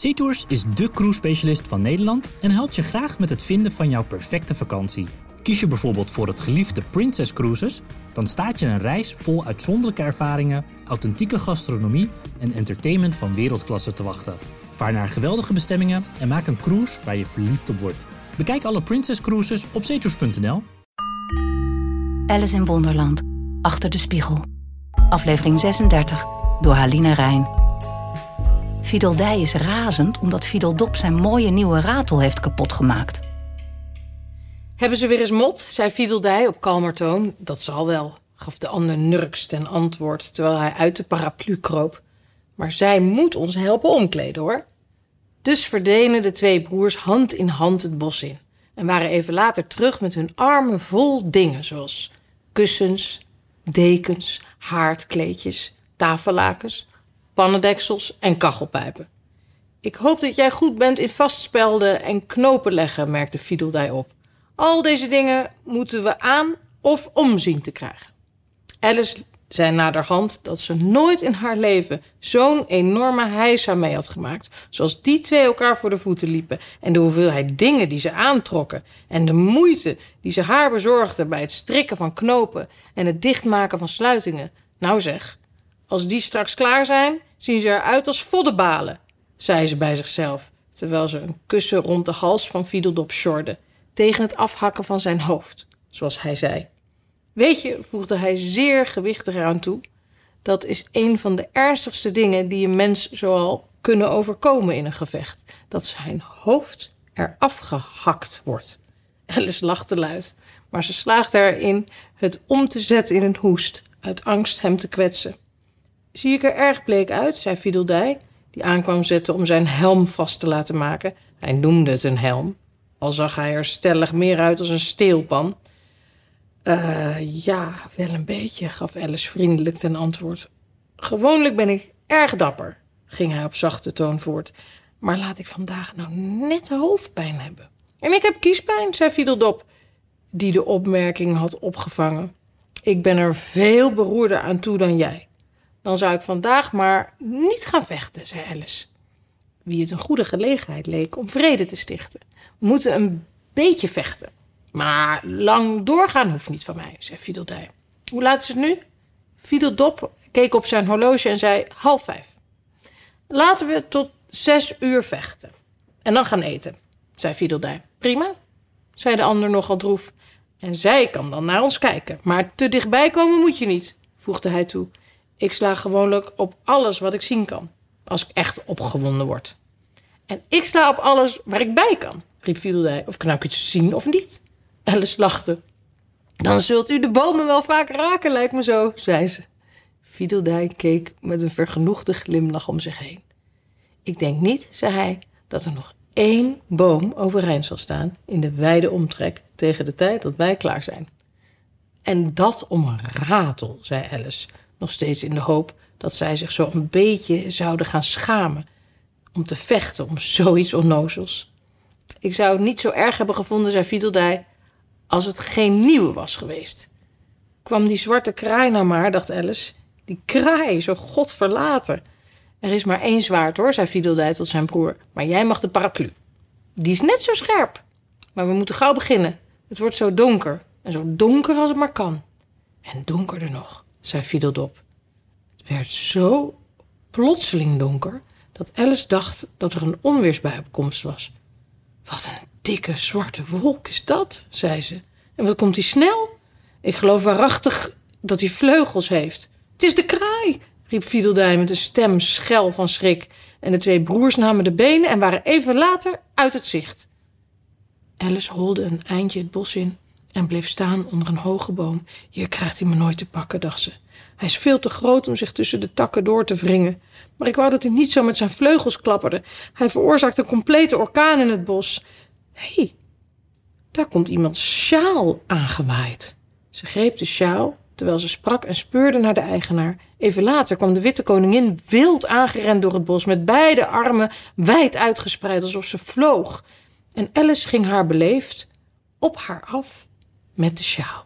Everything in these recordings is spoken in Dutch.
Seatours is dé cruise-specialist van Nederland en helpt je graag met het vinden van jouw perfecte vakantie. Kies je bijvoorbeeld voor het geliefde Princess Cruises, dan staat je een reis vol uitzonderlijke ervaringen, authentieke gastronomie en entertainment van wereldklasse te wachten. Vaar naar geweldige bestemmingen en maak een cruise waar je verliefd op wordt. Bekijk alle Princess Cruises op seatours.nl. Alice in Wonderland. Achter de spiegel. Aflevering 36. Door Halina Rijn. Fiedeldij is razend omdat Fiedeldop zijn mooie nieuwe ratel heeft kapotgemaakt. Hebben ze weer eens mot, zei Fiedeldij op kalmer toon. Dat zal wel, gaf de ander nurks ten antwoord, terwijl hij uit de paraplu kroop. Maar zij moet ons helpen omkleden, hoor. Dus verdwenen de twee broers hand in hand het bos in. En waren even later terug met hun armen vol dingen, zoals kussens, dekens, haardkleedjes, tafellakens, pannendeksels en kachelpijpen. Ik hoop dat jij goed bent in vastspelden en knopen leggen, merkte Fiedeldij op. Al deze dingen moeten we aan of om zien te krijgen. Alice zei naderhand dat ze nooit in haar leven zo'n enorme heisa mee had gemaakt, zoals die twee elkaar voor de voeten liepen, en de hoeveelheid dingen die ze aantrokken en de moeite die ze haar bezorgden bij het strikken van knopen en het dichtmaken van sluitingen. Nou zeg, als die straks klaar zijn, zien ze eruit als voddebalen, zei ze bij zichzelf, terwijl ze een kussen rond de hals van Fiedeldop sjorde, tegen het afhakken van zijn hoofd, zoals hij zei. Weet je, voegde hij zeer gewichtig eraan toe, dat is een van de ernstigste dingen die een mens zoal kunnen overkomen in een gevecht, dat zijn hoofd eraf gehakt wordt. Alice lachte luid, maar ze slaagde erin het om te zetten in een hoest, uit angst hem te kwetsen. Zie ik er erg bleek uit, zei Fiedeldij, die aankwam zetten om zijn helm vast te laten maken. Hij noemde het een helm, al zag hij er stellig meer uit als een steelpan. Ja, wel een beetje, gaf Alice vriendelijk ten antwoord. Gewoonlijk ben ik erg dapper, ging hij op zachte toon voort. Maar laat ik vandaag nou net hoofdpijn hebben. En ik heb kiespijn, zei Fiedeldop, die de opmerking had opgevangen. Ik ben er veel beroerder aan toe dan jij. Dan zou ik vandaag maar niet gaan vechten, zei Alice, wie het een goede gelegenheid leek om vrede te stichten. We moeten een beetje vechten. Maar lang doorgaan hoeft niet van mij, zei Fiedeldij. Hoe laat is het nu? Fiedeldop keek op zijn horloge en zei 4:30. Laten we tot 6 uur vechten. En dan gaan eten, zei Fiedeldij. Prima, zei de ander nogal droef. En zij kan dan naar ons kijken. Maar te dichtbij komen moet je niet, voegde hij toe. Ik sla gewoonlijk op alles wat ik zien kan, als ik echt opgewonden word. En ik sla op alles waar ik bij kan, riep Fiedeldij. Of ik nou iets zien of niet. Alice lachte. Dan zult u de bomen wel vaak raken, lijkt me zo, zei ze. Fiedeldij keek met een vergenoegde glimlach om zich heen. Ik denk niet, zei hij, dat er nog 1 boom overeind zal staan in de wijde omtrek tegen de tijd dat wij klaar zijn. En dat om een ratel, zei Alice, nog steeds in de hoop dat zij zich zo een beetje zouden gaan schamen om te vechten om zoiets onnozels. Ik zou het niet zo erg hebben gevonden, zei Fiedeldij, als het geen nieuwe was geweest. Kwam die zwarte kraai nou maar, dacht Alice. Die kraai, zo godverlaten. Er is maar 1 zwaard, hoor, zei Fiedeldij tot zijn broer. Maar jij mag de paraplu. Die is net zo scherp. Maar we moeten gauw beginnen. Het wordt zo donker. En zo donker als het maar kan. En donkerder nog, zei Fiedeldop. Het werd zo plotseling donker dat Alice dacht dat er een onweersbui op komst was. Wat een dikke zwarte wolk is dat, zei ze. En wat komt die snel? Ik geloof waarachtig dat hij vleugels heeft. Het is de kraai, riep Fiedeldij met een stem schel van schrik. En de 2 broers namen de benen en waren even later uit het zicht. Alice holde een eindje het bos in en bleef staan onder een hoge boom. Hier krijgt hij me nooit te pakken, dacht ze. Hij is veel te groot om zich tussen de takken door te wringen. Maar ik wou dat hij niet zo met zijn vleugels klapperde. Hij veroorzaakt een complete orkaan in het bos. Hé, daar komt iemands sjaal aangewaaid. Ze greep de sjaal terwijl ze sprak en speurde naar de eigenaar. Even later kwam de witte koningin wild aangerend door het bos, met beide armen wijd uitgespreid alsof ze vloog. En Alice ging haar beleefd op haar af met de sjaal.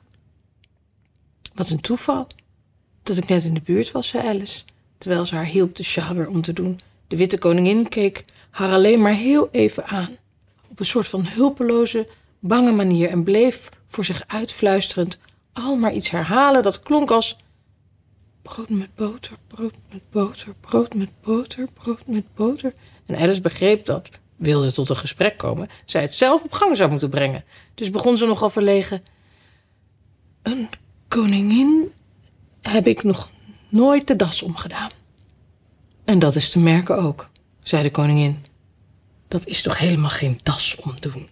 Wat een toeval dat ik net in de buurt was, zei Alice, terwijl ze haar hielp de sjaal weer om te doen. De witte koningin keek haar alleen maar heel even aan. Op een soort van hulpeloze, bange manier en bleef voor zich uitfluisterend al maar iets herhalen dat klonk als brood met boter, brood met boter, brood met boter, brood met boter. En Alice begreep dat, wilde tot een gesprek komen, zij het zelf op gang zou moeten brengen. Dus begon ze nogal verlegen. Een koningin heb ik nog nooit de das omgedaan. En dat is te merken ook, zei de koningin. Dat is toch helemaal geen das omdoen?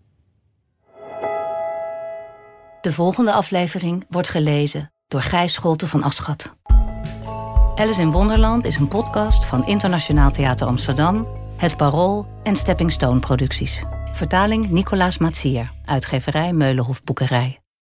De volgende aflevering wordt gelezen door Gijs Scholte van Aschat. Alice in Wonderland is een podcast van Internationaal Theater Amsterdam, Het Parool en Stepping Stone Producties. Vertaling Nicolaas Matsier, uitgeverij Meulenhof Boekerij.